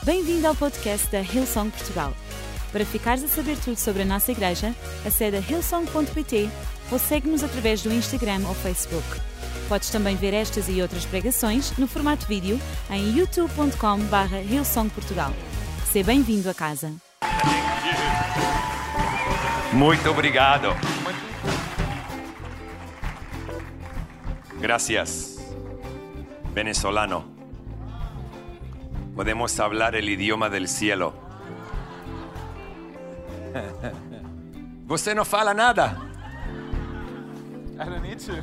Bem-vindo ao podcast da Hillsong Portugal. Para ficares a saber tudo sobre a nossa igreja, acede a hillsong.pt ou segue-nos através do Instagram ou Facebook. Podes também ver estas e outras pregações no formato vídeo em youtube.com/hillsongportugal. Seja bem-vindo a casa. Muito obrigado. Gracias. Venezolano. Podemos hablar el idioma del cielo. Você não fala nada? I don't need to.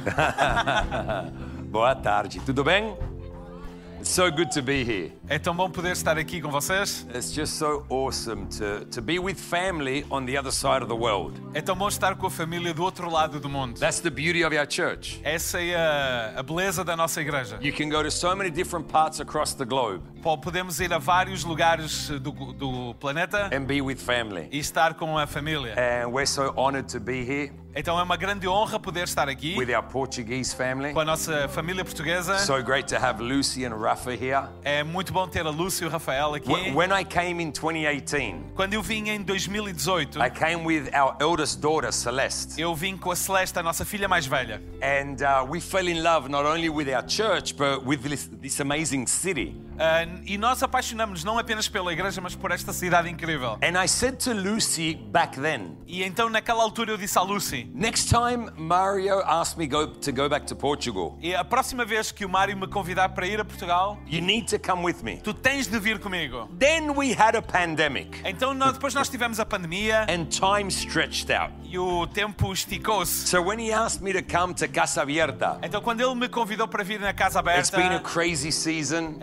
Boa tarde. Tudo bem? It's so good to be here. É tão bom poder estar aqui com vocês. It's just so awesome to be with family on the other side of the world. É tão bom estar com a família do outro lado do mundo. That's the beauty of our church. Essa é a beleza da nossa igreja. You can go to so many different parts across the globe Podemos ir a vários lugares do planeta and be with family. e estar com a família. And we're so honored to be here Então é uma grande honra poder estar aqui with our Portuguese family. com a nossa família portuguesa. So great to have Lucy and Rafa here. É muito bom ter a Lúcia e o Rafael aqui. When I came in 2018, Quando eu vim em 2018, I came with our eldest daughter, Celeste. eu vim com a Celeste, a nossa filha mais velha. And we fell in love not only with our church, but with this amazing city. E nós apaixonamos não apenas pela igreja, mas por esta cidade incrível. And I said to Lucy back then, E então naquela altura eu disse à Lucy, next time Mario asked me to go back to Portugal, e a próxima vez que o Mário me convidar para ir a Portugal, you need to come with me. tu tens de vir comigo. Then we had a pandemic Então depois nós tivemos a pandemia and time stretched out. e o tempo esticou-se. So when he asked me to come to Casa Abierta, Então quando ele me convidou para vir na Casa it's been a Aberta, crazy season,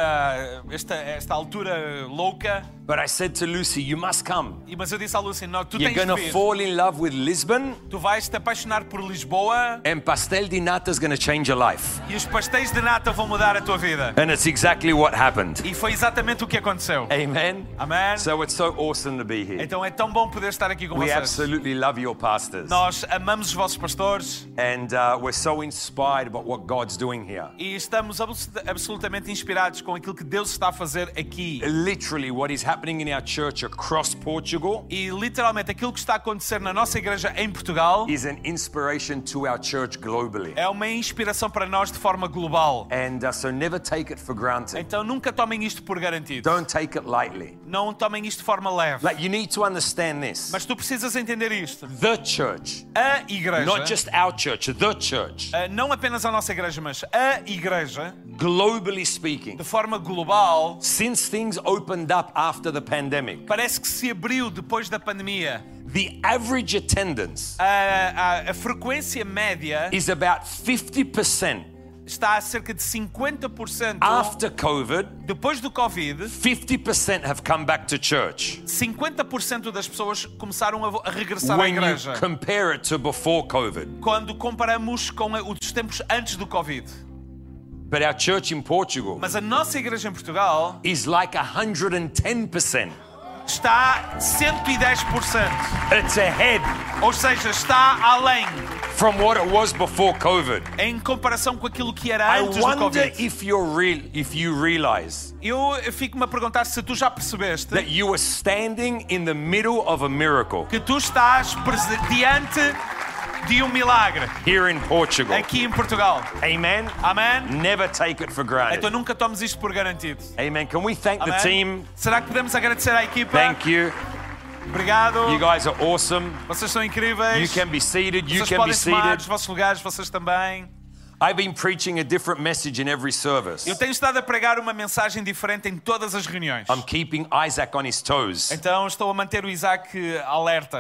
esta altura louca, but I said to Lucy, you must come. mas eu disse à Lucy, não, tu You're tens de going to vir. fall in love with Lisbon, Tu vais te apaixonar por Lisboa and pastel de nata is going to change your life. e os pastéis de nata vão mudar a tua vida. And it's exactly what happened. E foi exatamente o que aconteceu. Amen. Amém? So it's so awesome to be here. Então é tão bom poder estar aqui com We vocês. absolutely love your pastors. Nós amamos os vossos pastores And we're so inspired about what God's doing here. e estamos absolutamente inspirados com aquilo que Deus está a fazer aqui. Literally what is happening in our church across Portugal E literalmente aquilo que está a acontecer na nossa igreja em Portugal is an inspiration to our church globally. é uma inspiração para nós de forma global. And so never take it for granted. Então nunca tomem isto por garantido. Don't take it lightly. Não tomem isto de forma leve. Like, you need to understand this. Mas tu precisas entender isto. The church, A igreja, not just our church, the church, não apenas a nossa igreja, mas a igreja, globally speaking, de forma global, since things opened up after the pandemic, parece que se abriu depois da pandemia. the average attendance A frequência média is about 50% está a cerca de 50%. after COVID. Depois do Covid, 50% have come back to church 50% das pessoas começaram a regressar à when you igreja. compare it to before COVID. Quando comparamos com os tempos antes do Covid. But our church in Portugal Mas a nossa igreja em Portugal is like 110%. está 110%. It's ahead Ou seja, está além from what it was before COVID. em comparação com aquilo que era I antes do wonder Covid. if you realize Eu fico-me a perguntar se tu já percebeste that you are standing in the middle of a miracle que tu estás diante de um milagre here in Portugal. aqui em Portugal. Amen. Amém? Never take it for granted. Então nunca tomes isto por garantido. Amen. Can we thank the Amém? team? Será que podemos agradecer à equipa? Thank you. Obrigado. You guys are awesome. Vocês são You incríveis. can be seated. You Vocês can be podem tomar seated. os vossos lugares, vocês também. I've been preaching a different message in every service. Eu tenho estado a pregar uma mensagem diferente em todas as reuniões. I'm keeping Isaac on his toes. Então estou a manter o Isaac alerta.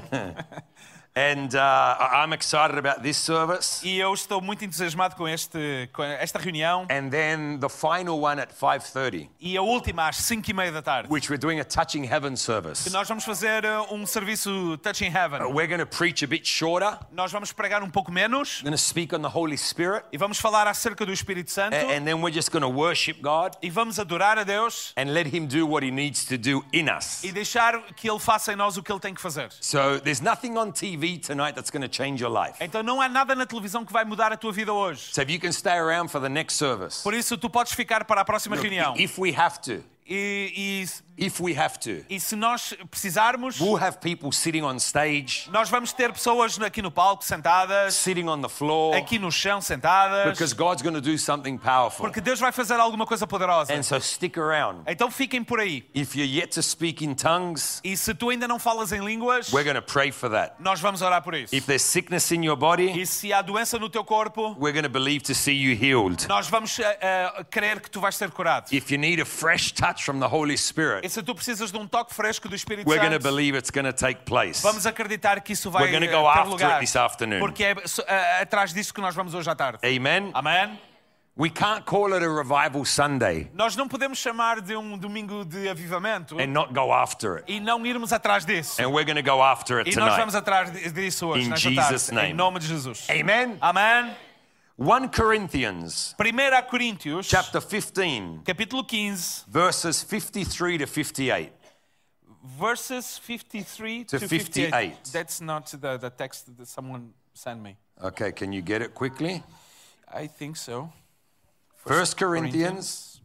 And I'm excited about this service. E eu estou muito entusiasmado com esta reunião. And then the final one at 5:30, E a última às 5:30 da tarde. which we're doing a Touching Heaven service. Nós vamos fazer um serviço Touching Heaven. We're going to preach a bit shorter. Nós vamos pregar um pouco menos. We're going to speak on the Holy Spirit. E vamos falar acerca do Espírito Santo. And then we're just going to worship God E vamos adorar a Deus. and let Him do what He needs to do in us. E deixar que Ele faça em nós o que Ele tem que fazer. So there's nothing on TV tonight that's going to change your life. Então não há nada na televisão que vai mudar a tua vida hoje. So if you can stay around for the next service, Por isso tu podes ficar para a próxima reunião. if we have to, If we have to. E se nós precisarmos, We'll have people sitting on stage, nós vamos ter pessoas aqui no palco sentadas, sitting on the floor, aqui no chão sentadas, because God's going to do something powerful. porque Deus vai fazer alguma coisa poderosa. And so stick around. Então fiquem por aí. If you're yet to speak in tongues, E se tu ainda não falas em línguas, we're going to pray for that. nós vamos orar por isso. If there's sickness in your body, E se há doença no teu corpo, we're going to believe to see you healed. nós vamos crer que tu vais ser curado. If you need a fresh touch from the Holy E Spirit, se tu precisas de um toque fresco do Espírito we're going to Santo, believe it's going to take place. vamos acreditar que isso vai We're going to go ter after lugar. it this afternoon. Porque é atrás disso que nós vamos hoje à tarde. Amen? Amém? We can't call it a revival Sunday Nós não podemos chamar de um domingo de avivamento and not go after it. e não irmos atrás disso. And we're going to go after it E nós tonight. vamos atrás disso hoje, In nesta Jesus' tarde, name. em nome de Jesus. Amen? Amém? 1 Corinthians 1 Coríntios, chapter 15, capítulo 15, verses 53 to 58. verses 53 To to 58. 58. That's not the text that someone sent me. Okay, can you get it quickly? I think so. 1 Corinthians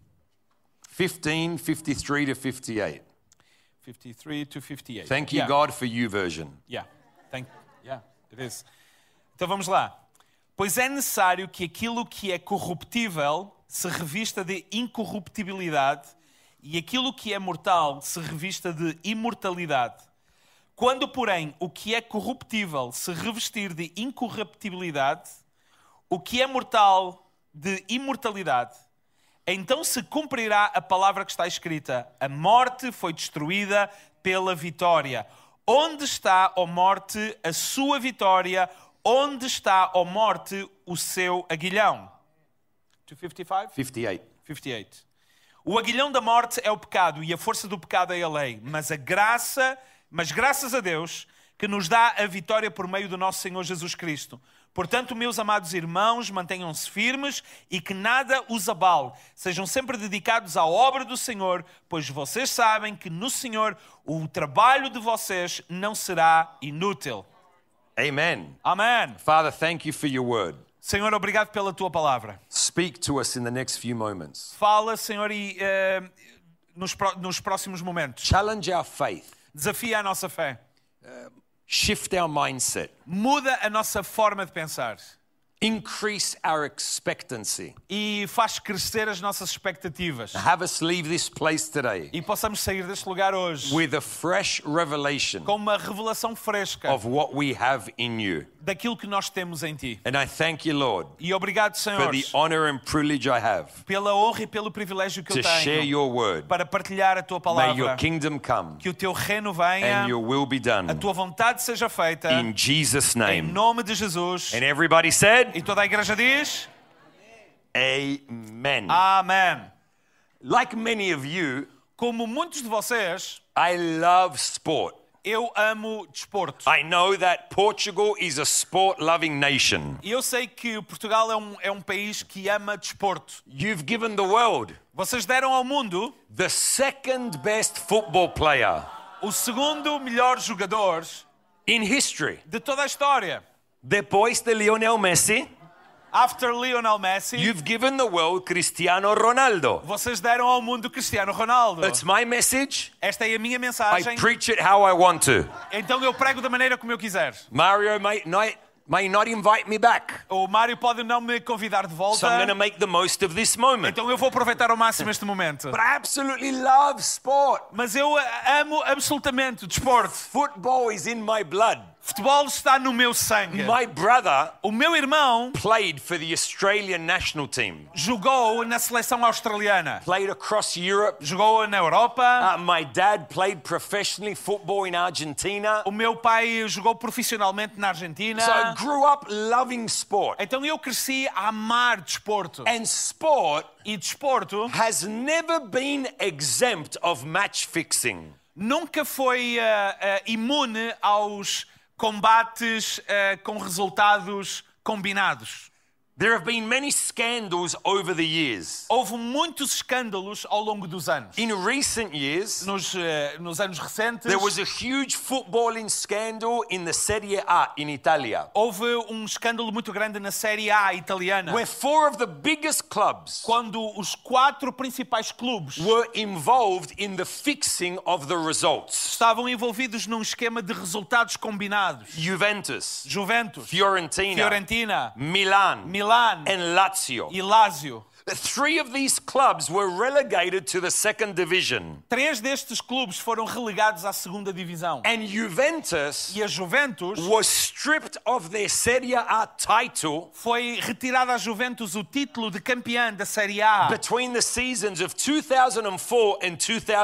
15, 53 to 58. 53 to 58. Thank you, Yeah. God, for you version. Yeah, it is. Então vamos lá. Pois é necessário que aquilo que é corruptível se revista de incorruptibilidade e aquilo que é mortal se revista de imortalidade. Quando, porém, o que é corruptível se revestir de incorruptibilidade, o que é mortal de imortalidade, então se cumprirá a palavra que está escrita: a morte foi destruída pela vitória. Onde está, ó morte, a sua vitória? Onde está, ó morte, o seu aguilhão? 255? 58. 58. O aguilhão da morte é o pecado e a força do pecado é a lei. Mas graças a Deus que nos dá a vitória por meio do nosso Senhor Jesus Cristo. Portanto, meus amados irmãos, mantenham-se firmes e que nada os abale. Sejam sempre dedicados à obra do Senhor, pois vocês sabem que no Senhor o trabalho de vocês não será inútil. Amen. Amém. Father, thank you for your word. Senhor, obrigado pela tua palavra. Speak to us in the next few moments. Fala, Senhor, e nos próximos momentos. Challenge our faith. Desafia a nossa fé. Shift our mindset. Muda a nossa forma de pensar. Increase our expectancy. E faz crescer as nossas expectativas. Have us leave this place today E possamos sair deste lugar hoje with a fresh revelation com uma revelação fresca of what we have in you. daquilo que nós temos em Ti. And I thank you, Lord, E obrigado, for Senhor, the honor and privilege I have pela honra e pelo privilégio que eu to share tenho your word. para partilhar a Tua May your palavra. kingdom come Que o Teu reino venha, and your will be done. a Tua vontade seja feita, In Jesus' em name. nome de Jesus. And everybody said, E toda a igreja diz: Amen. Amém. Like many of you, Como muitos de vocês, I love sport. eu amo desporto. I know that Portugal is a sport-loving nation. E eu sei que Portugal é um país que ama desporto. You've given the world Vocês deram ao mundo the second best football player o segundo melhor jogador in history. de toda a história. Depois de Lionel Messi, After Lionel Messi, you've given the world Cristiano Ronaldo. vocês deram ao mundo Cristiano Ronaldo. It's my message. Esta é a minha I mensagem. preach it how I want to. Então eu prego da maneira como eu quiser. Mario may not invite me back. O Mário pode não me convidar de volta. So I'm going to make the most of this moment. Então eu vou aproveitar ao máximo este momento. But I absolutely love sport. Mas eu amo absolutamente o desporto. Football is in my blood. Futebol está no meu sangue. My brother O meu irmão played for the Australian national team. jogou na seleção australiana. Played across Europe. Jogou na Europa. My dad played professionally football in Argentina. O meu pai jogou profissionalmente na Argentina. So I grew up loving sport. Então eu cresci a amar desporto. And sport E desporto has never been exempt of match fixing. nunca foi imune aos combates com resultados combinados. There have been many scandals over the years. Houve muitos escândalos ao longo dos anos. In recent years, Nos anos recentes, there was a huge footballing scandal in the Serie A in Italia, houve escândalo muito grande na Série A italiana, where 4 of the biggest clubs quando os 4 principais clubes were involved in the fixing of the results. estavam envolvidos num esquema de resultados combinados. Juventus, Juventus, Fiorentina, Milan, Milan and Lazio. e Lazio. 3 of these clubs were relegated to the 2nd division. 3 destes clubes foram relegados à segunda divisão. And Juventus E a Juventus was stripped of their Serie A title foi retirada a Juventus o título de campeã da Série A between the seasons of 2004 and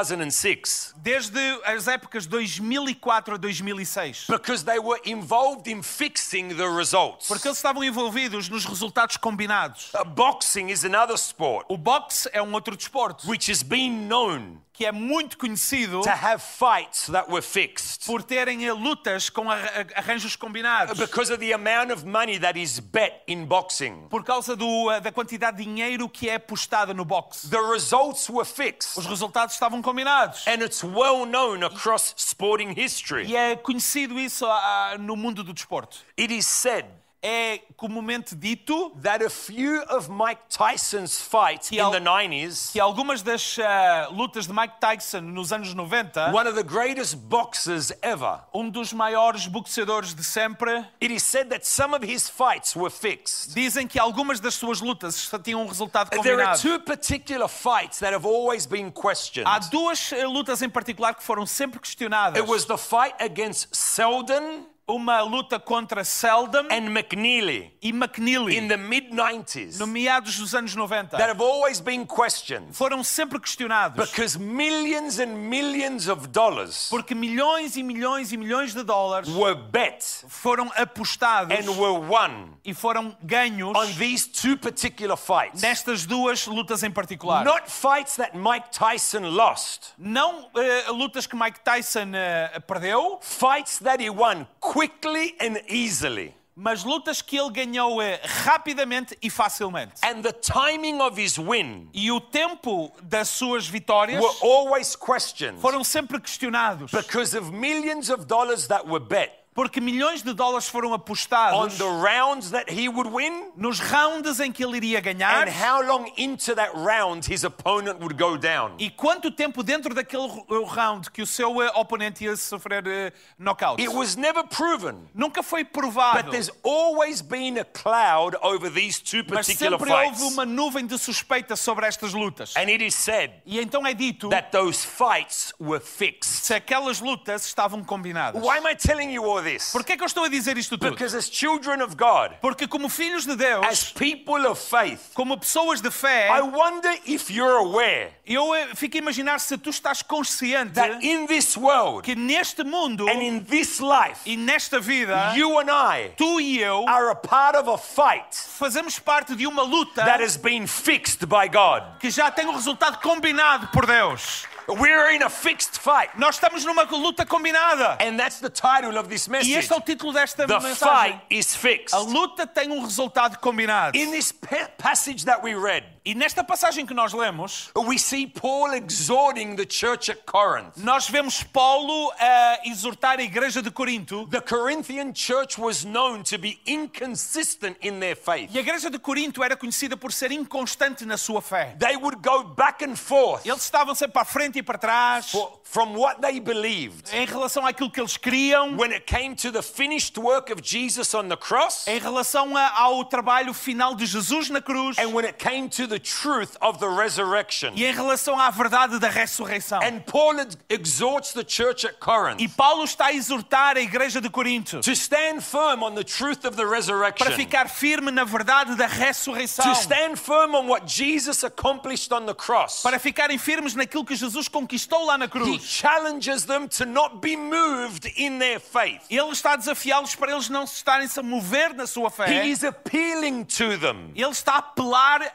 2006 desde as épocas 2004 a 2006. because they were involved in fixing the results. Porque eles estavam envolvidos nos resultados combinados. Boxing is another sport O boxe é outro desporto which has been known que é muito conhecido to have fights that were fixed por terem lutas com arranjos combinados. because of the amount of money that is bet in boxing. Por causa da quantidade de dinheiro que é apostada no boxe. The results were fixed, Os resultados estavam combinados. and it's well known across sporting history. E é conhecido isso no mundo do desporto. It is said É comumente dito that a few of Mike Tyson's fights in the 90s, que algumas das lutas de Mike Tyson nos anos 90, one of the greatest boxers ever, dos maiores boxeadores de sempre, it is said that some of his fights were fixed. dizem que algumas das suas lutas tinham resultado There are combinado. 2 particular fights that have always been questioned. Há 2 lutas em particular que foram sempre questionadas. It was the fight against Selden Uma luta contra Seldon and McNeely e McNeely in the mid-90s no meados dos anos 90. that have always been questioned Foram sempre questionados. because millions and millions of dollars Porque milhões e milhões e milhões de dólares were bet foram apostados and were won e foram ganhos on these 2 particular fights. nestas 2 lutas em particular. Not fights that Mike Tyson lost. Não lutas que Mike Tyson perdeu, Fights that he won quickly and easily. mas lutas que ele ganhou rapidamente e facilmente. And the timing of his win E o tempo das suas vitórias were always questioned foram sempre questionados. because of millions of dollars that were bet Porque milhões de dólares foram on apostados the rounds that he would win nos rounds em que ele iria ganhar and how long into that round his opponent would go down. e quanto tempo dentro daquele round que o seu oponente ia sofrer knockout. It was never proven, Nunca foi but provado, there's always been a cloud over these 2 mas particular sempre houve fights. uma nuvem de suspeita sobre estas lutas. And it is said E então é dito that those fights were fixed. se aquelas lutas estavam combinadas. Why am I telling you all this? Por que é que eu estou a dizer isto tudo? Because as children of God, Porque como filhos de as Deus, people of faith, como pessoas de fé, I wonder if you're aware eu fico a imaginar se tu estás consciente that in this world que neste mundo and in this life, e nesta vida, you and I tu e eu are a part of a fight fazemos parte de uma luta that has been fixed by God. que já tem um resultado combinado por Deus. We're in a fixed fight. Nós estamos numa luta combinada. And that's the title of this E message. este é o título desta The mensagem. fight is fixed. A luta tem um resultado combinado. In this passage that we read, E nesta passagem que nós lemos, we see Paul exhorting the church at Corinth. nós vemos Paulo a exortar a igreja de Corinto. The Corinthian church was known to be inconsistent in their faith. E a igreja de Corinto era conhecida por ser inconstante na sua fé. They would go back and forth Eles estavam sempre para frente e para trás from what they believed. em relação àquilo que eles queriam, When it came to the finished work of Jesus on the cross, em relação ao trabalho final de Jesus na cruz and when it came to the truth of the resurrection. e em relação à verdade da ressurreição. And Paul exhorts the church at E Corinth Paulo está a exortar a igreja de Corinto to stand firm on the truth of the para resurrection, ficar firme na verdade da ressurreição, to stand firm on what Jesus accomplished on the cross. para ficarem firmes naquilo que Jesus conquistou lá na He cruz. challenges them to not be moved in their faith. Ele está a desafiá-los para eles não se estarem a mover na sua He fé. is appealing to them Ele está a apelar a eles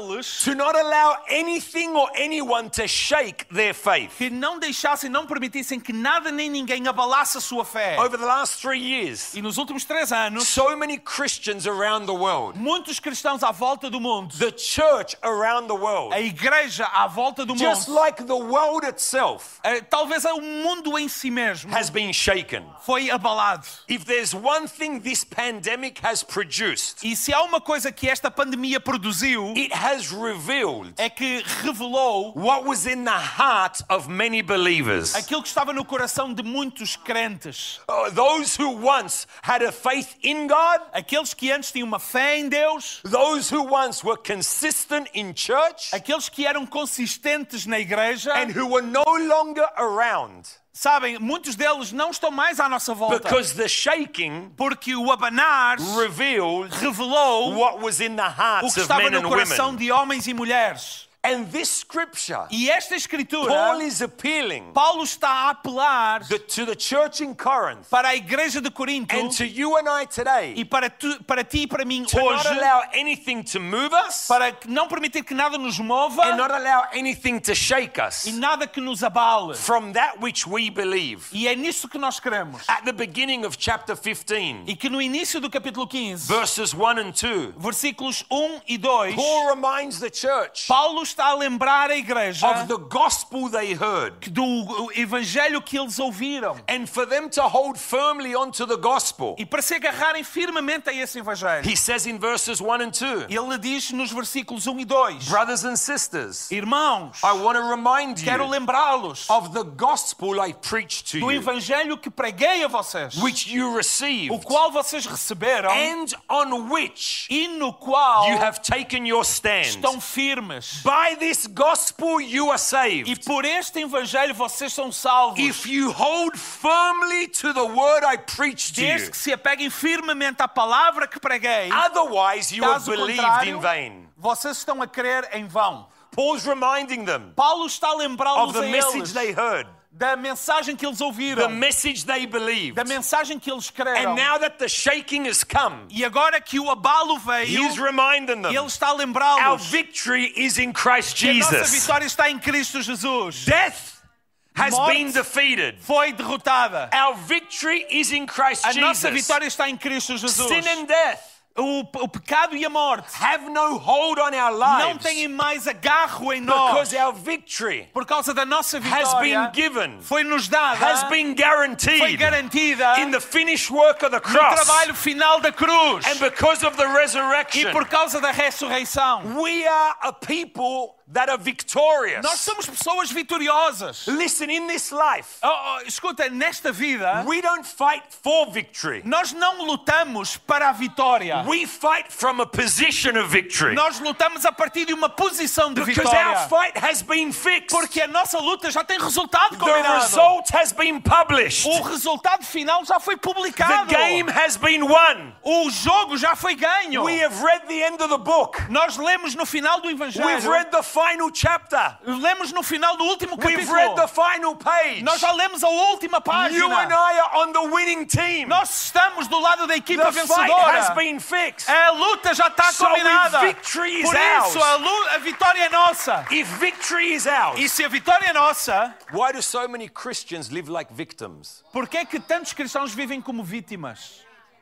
eles to not allow anything or anyone to shake their faith. que não deixassem, não permitissem que nada nem ninguém abalasse a sua fé. Over the last 3 years, E nos últimos 3 anos, so many Christians around the world, muitos cristãos à volta do mundo, the church around the world, a igreja à volta do just mundo, like the world itself, talvez o mundo em si mesmo has been shaken. foi abalado. If there's one thing this pandemic has produced, E se há uma coisa que esta pandemia produziu, it has revealed é que revelou what was in the heart of many believers. aquilo que estava no coração de muitos crentes. Those who once had a faith in God, Aqueles que antes tinham uma fé em Deus, those who once were consistent in church, aqueles que eram consistentes na igreja, and who were no longer around sabem, muitos deles não estão mais à nossa volta. because the shaking Porque o abanar revealed revelou what was in the o hearts que of estava men no and coração women. de homens e mulheres. And this scripture, E esta escritura, Paul is appealing Paulo está a apelar to the church in Corinth para a igreja de Corinto and to you and I e today para ti e para mim to not hoje, allow anything to move us para não permitir que nada nos mova and not allow anything to shake us e nada que nos abale. from that which we believe. E é nisso que nós queremos. At the beginning of chapter 15, E que no início do capítulo 15, verses 1 and 2, versículos 1 e 2, Paul reminds the church Paulo está a lembrar a igreja of the gospel they heard. do evangelho que eles ouviram. And for them to hold firmly onto the gospel, E para se agarrarem firmemente a esse evangelho. he says in verses 1 and 2, Ele diz nos versículos 1 e 2, brothers and sisters, irmãos, I want to remind quero you lembrá-los of the gospel I preached to do you, evangelho que preguei a vocês, which you o received, qual vocês receberam and on which e no qual you have taken your stand. estão firmes. By this gospel you are E saved, por este evangelho vocês são salvos. if you hold firmly to the word I preached to Desde you. que se apeguem firmemente à palavra que preguei. Otherwise you have Caso believed contrário, in vain. vocês estão a crer em vão. Paul's reminding them Paulo está a of lembrá-los the a message eles they heard, da mensagem que eles the ouviram, message they believed. da mensagem que eles creram. And now that the shaking has come, E agora que o abalo veio, he's reminding them ele está a our lembrá-los victory is in Christ que a nossa Jesus. vitória está em Cristo Jesus. Death has Morte been defeated. Foi derrotada. Our victory is in Christ A nossa Jesus. vitória está em Cristo Jesus. Sin and death O pecado e a morte have no hold on our não lives têm mais agarro em nós. because our victory Por causa da nossa has vitória, been given, foi-nos dada, has been foi guaranteed garantida in the finished work of the no cross. trabalho final da cruz. And because of the E resurrection, por causa da ressurreição. we are a people that are victorious. Nós somos pessoas vitoriosas. Listen, in this life, Escuta, nesta vida, we don't fight for victory. nós não lutamos para a vitória. We fight from a position of victory. Nós lutamos a partir de uma posição de Because our vitória. fight has been fixed. Porque a nossa luta já tem resultado The combinado. result has been published. O resultado final já foi The publicado. game has been won. O jogo já foi ganho. We have read the end of the book. Nós lemos no final do We've Evangelho. read the final chapter. Lemos no final do último We've read the capítulo. final page. Nós já lemos a última You and página. I are on the winning team. Nós estamos do lado da equipa The fight has vencedora. been fixed. A luta já está So combinada. if victory is Por isso, ours, a vitória é nossa. if victory is ours, E se a vitória é nossa, why do so many Christians live like victims? por que é que tantos cristãos vivem como vítimas?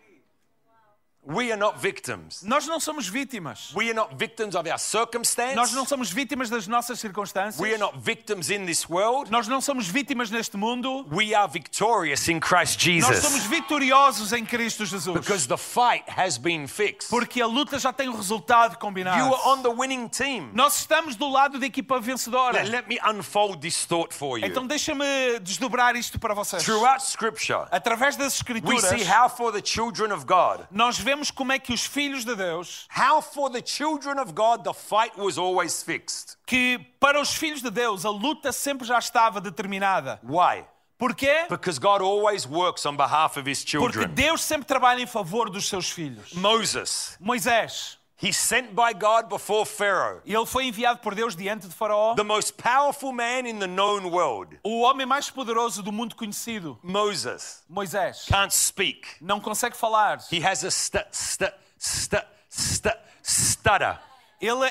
We are not victims. Nós não somos vítimas. We are not victims of our circumstance. Nós não somos vítimas das nossas circunstâncias. We are not victims in this world. Nós não somos vítimas neste mundo. We are victorious in Christ Nós somos Jesus. vitoriosos em Cristo Jesus. Because the fight has been fixed. Porque a luta já tem o resultado combinado. You are on the winning team. Nós estamos do lado da equipa vencedora. Let me unfold this thought for you. Então deixa-me desdobrar isto para vocês. Throughout Scripture, Através das we Escrituras, see how for the children of God, nós vemos como é que os filhos de Deus, how for the children of God the fight was always fixed. que para os filhos de Deus a luta sempre já estava determinada. Why? Porquê? Because God always works on behalf of His Porque children. Deus sempre trabalha em favor dos seus filhos. Moses, Moisés, he's sent by God before Pharaoh, ele foi enviado por Deus diante de Faraó, the most powerful man in the known world. o homem mais poderoso do mundo conhecido. Moses Moisés can't speak. não consegue falar. He has a stutter. Ele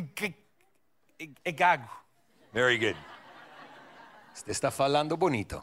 é gago. Very good. Você está falando bonito.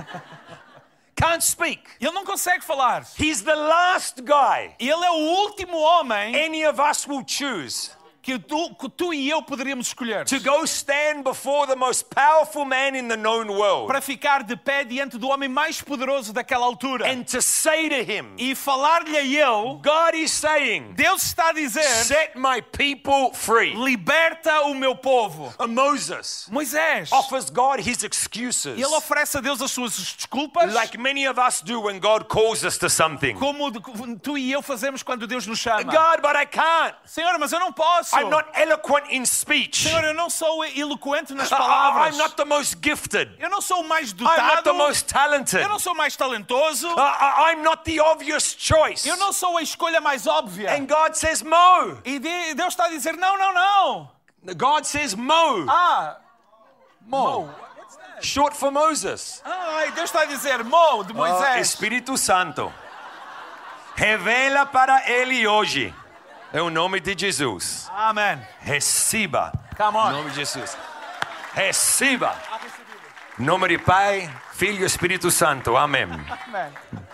Can't speak. Ele não consegue falar. He's the last guy Ele é o último homem any of us will choose que tu e eu poderíamos escolher to go stand before the most powerful man in the known world para ficar de pé diante do homem mais poderoso daquela altura and to say to him, e falar-lhe a ele. God is saying, Deus está a dizer: set my people free. liberta o meu povo. And Moses Moisés, offers God his excuses, ele oferece a Deus as suas desculpas, like many of us do when God calls us to something. como tu e eu fazemos quando Deus nos chama. God, but I can't. Senhor, mas eu não posso. I'm not eloquent in speech. Senhor, eu não sou eloquente nas I'm palavras. not the most gifted. Eu não sou o mais I'm not dotado. the most talented. Eu não sou o mais talentoso. I'm not the obvious choice. Eu não sou a escolha mais óbvia. And God says, Mo. E Deus está a dizer: não, não, não. God says, Mo. Mo. Short for Moses. Deus está a dizer: Mo, de Moisés. Espírito Santo. Revela para ele hoje. É o nome de Jesus. Amém. Receba. Come on. Em nome de Jesus. Receba. Em nome de Pai, Filho e Espírito Santo. Amém. Amém.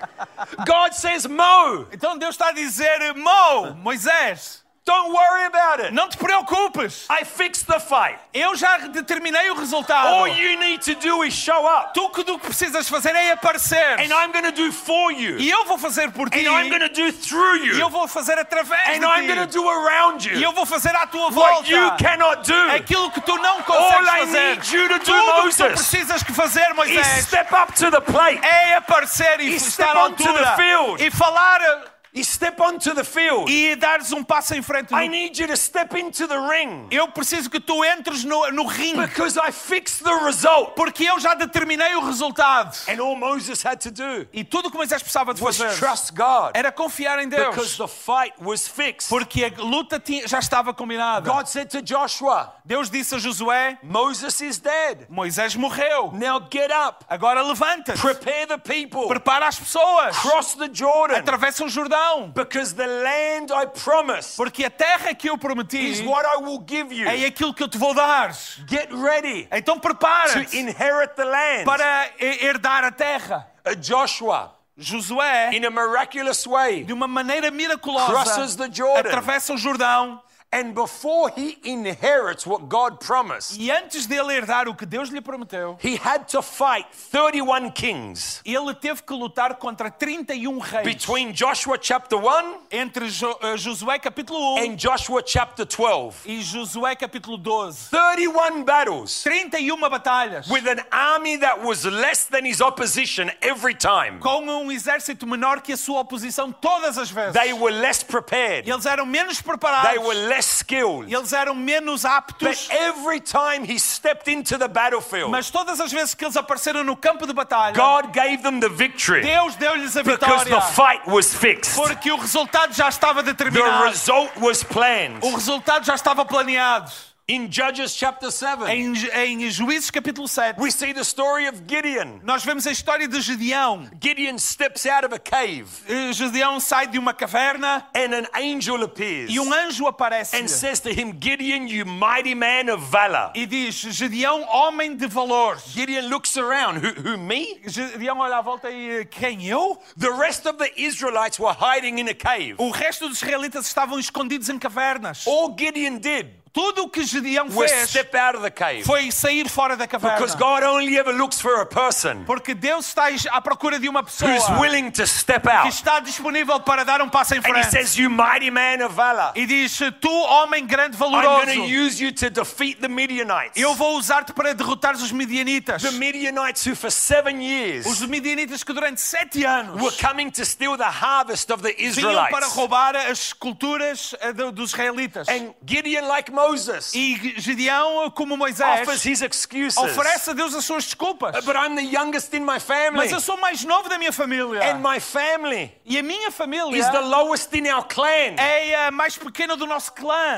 God says, Mo. Então Deus está a dizer: Mo, Moisés, Don't worry about it. não te preocupes. I fixed the fight. Eu já determinei o resultado. All you need to do is show up. Tu que precisas fazer é aparecer. And I'm going to do for you. E eu vou fazer por ti. And I'm going to do through E eu you. vou fazer através And de I'm going to ti. do around E you. eu vou fazer à tua What volta. you cannot do Aquilo que tu não consegues All I fazer. need you to do, Tudo que tu Moses, precisas que fazer, is Moisés, step up to the plate. é aparecer e E estar step à onto the altura. field. E falar You step onto the field. e dares um passo em frente. I need you to step into the ring. Eu preciso que tu entres no ringue. Because I fixed the result. Porque eu já determinei o resultado. And all Moses had to do E tudo que Moisés precisava de was fazer trust God. era confiar em Because Deus. the fight was fixed. Porque a luta já estava combinada. God said to Joshua, Deus disse a Josué: Moses is dead. Moisés morreu. Now get up. Agora levanta-te. Prepare the people. Prepara as pessoas. Cross the Jordan. Atravessa o Jordão. Because the land I promised Porque a terra que eu prometi is what I will give you. é aquilo que eu te vou dar. Get ready Então to prepara-te inherit the land. para herdar a terra. Joshua, Josué, in a miraculous way, de uma maneira crosses miraculosa, the Jordan. atravessa o Jordão. And before he inherits what God promised, E antes dele herdar o que Deus lhe prometeu, he had to fight 31 kings. ele teve que lutar contra 31 reis. Between Joshua chapter 1 Entre Josué capítulo 1 and Joshua chapter 12. e Josué capítulo 12. 31 battles 31 batalhas. with an army that was less than his opposition every time. Com um exército menor que a sua oposição todas as vezes. They were less prepared. Eles eram menos They preparados. were less skilled. Eles eram menos But aptos. every time he stepped into the battlefield, Mas todas as vezes que eles apareceram no campo de batalha, God gave them the victory Deus deu-lhes a because vitória. the fight was fixed. Porque o resultado já estava The determinado. result was planned. O resultado já estava planeado. In Judges chapter 7, Em Juízes capítulo 7, we see the story of Gideon. nós vemos a história de Gedeão. Gideon steps out of a cave Gedeão sai de uma caverna and an angel appears e um anjo aparece and says to him, Gideon, you mighty man of valor. e diz: Gedeão, homem de valor. Gideon looks around. Who, me? Gedeão olha à volta e: quem, eu? The rest of the Israelites were hiding in a cave. O resto dos israelitas estavam escondidos em cavernas. All Gideon did Tudo o que Gedeão was fez step out of the cave. foi sair fora da caverna. Because God only ever looks for a person Porque Deus está à procura de uma pessoa who's willing to step que out. está disponível para dar um passo em And he frente. says, you mighty man of valor, E diz: tu, homem grande, I'm valoroso, going to use you to defeat the Midianites. eu vou usar-te para derrotar os midianitas. The Midianites who for 7 years Os midianitas que durante 7 anos were coming to steal the harvest of the vinham para Israelites. roubar as culturas dos israelitas. And Gideon, like Moses, E Gedeão, como offers Moisés, his excuses. oferece a Deus as suas desculpas. But I'm the youngest in my family. Mas eu sou mais novo da minha família. And my family E a minha família is the lowest in our clan. é a mais pequena do nosso clã.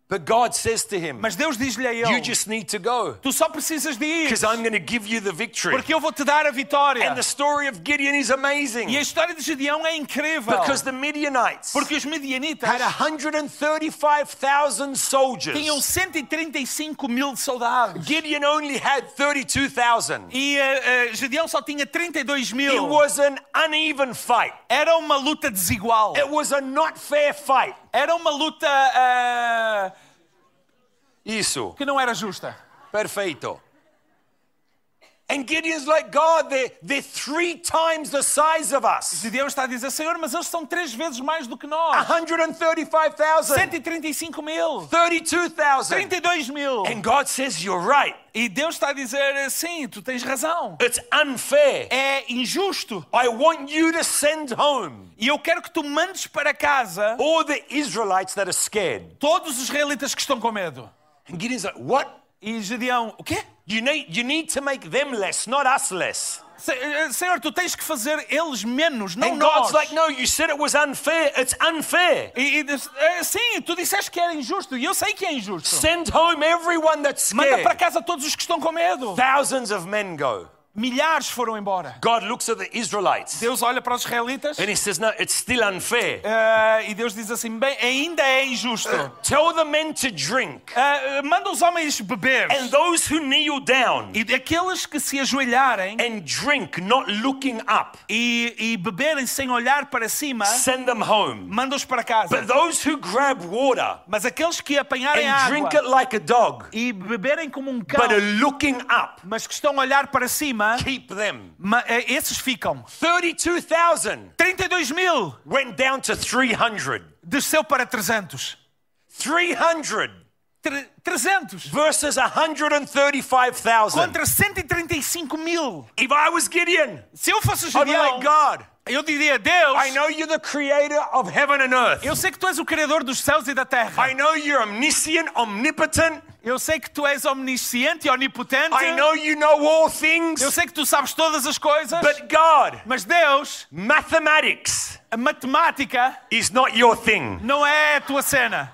But God says to him, Mas Deus diz-lhe a you ele, just need to go tu só precisas de ir, because I'm going to give you the victory. porque eu vou te dar a vitória. And the story of Gideon is amazing E a história de Gedeão é incrível, because the Midianites porque os midianitas had 135,000 soldiers. tinham 135 mil soldados. Gideon only had 32,000. E Gedeão só tinha 32 It mil. was an uneven fight. Era uma luta desigual. It was a not fair fight. Era uma luta Isso. que não era justa. Perfeito. And Gideon's like, God, they're 3 times the size of us. Gedeão está a dizer, Senhor, mas eles são 3 vezes mais do que nós. 135,000. 135 mil. 32,000. 32 mil. And God says, you're right. E Deus está a dizer, sim, tu tens razão. It's unfair. É injusto. I want you to send home E eu quero que tu mandes para casa all the Israelites that are scared. todos os israelitas que estão com medo. And Gideon's like, what? E Gedeão, o quê? You need to make them less, not us less. Senhor, tu tens que fazer eles menos, não And nós. God's like, no, you said it was unfair. It's unfair. Sim, tu disseste que era injusto e eu sei que é injusto. Send home everyone that's Manda para scared. casa todos os que estão com medo. Thousands of men go. Milhares foram embora. God looks at the Israelites Deus olha para os israelitas and he says, no, it's still unfair. e Deus diz assim, bem, ainda é injusto. Tell the men to drink. Manda os homens beber. And those who kneel down E aqueles que se ajoelharem and drink, not looking up, e beberem sem olhar para cima, send them home. manda-os para casa. But those who grab water Mas aqueles que apanharem and drink água it like a dog, e beberem como um cão, but are looking up, mas que estão a olhar para cima, keep them. esses ficam. 32,000 32 mil went down to 300. desceu para 300. 300 300 versus 135,000. contra 135 mil. If I was Gideon, Se eu fosse I'd be Gedeão, like, God, eu diria, Deus, I know you're the creator of heaven and earth. eu sei que tu és o criador dos céus e da terra. I know you're omniscient, omnipotent. Eu sei que tu és omnisciente e onipotente. I know you know all things. Eu sei que tu sabes todas as coisas. But God, Mas Deus, mathematics a matemática is not your thing. não é a tua cena.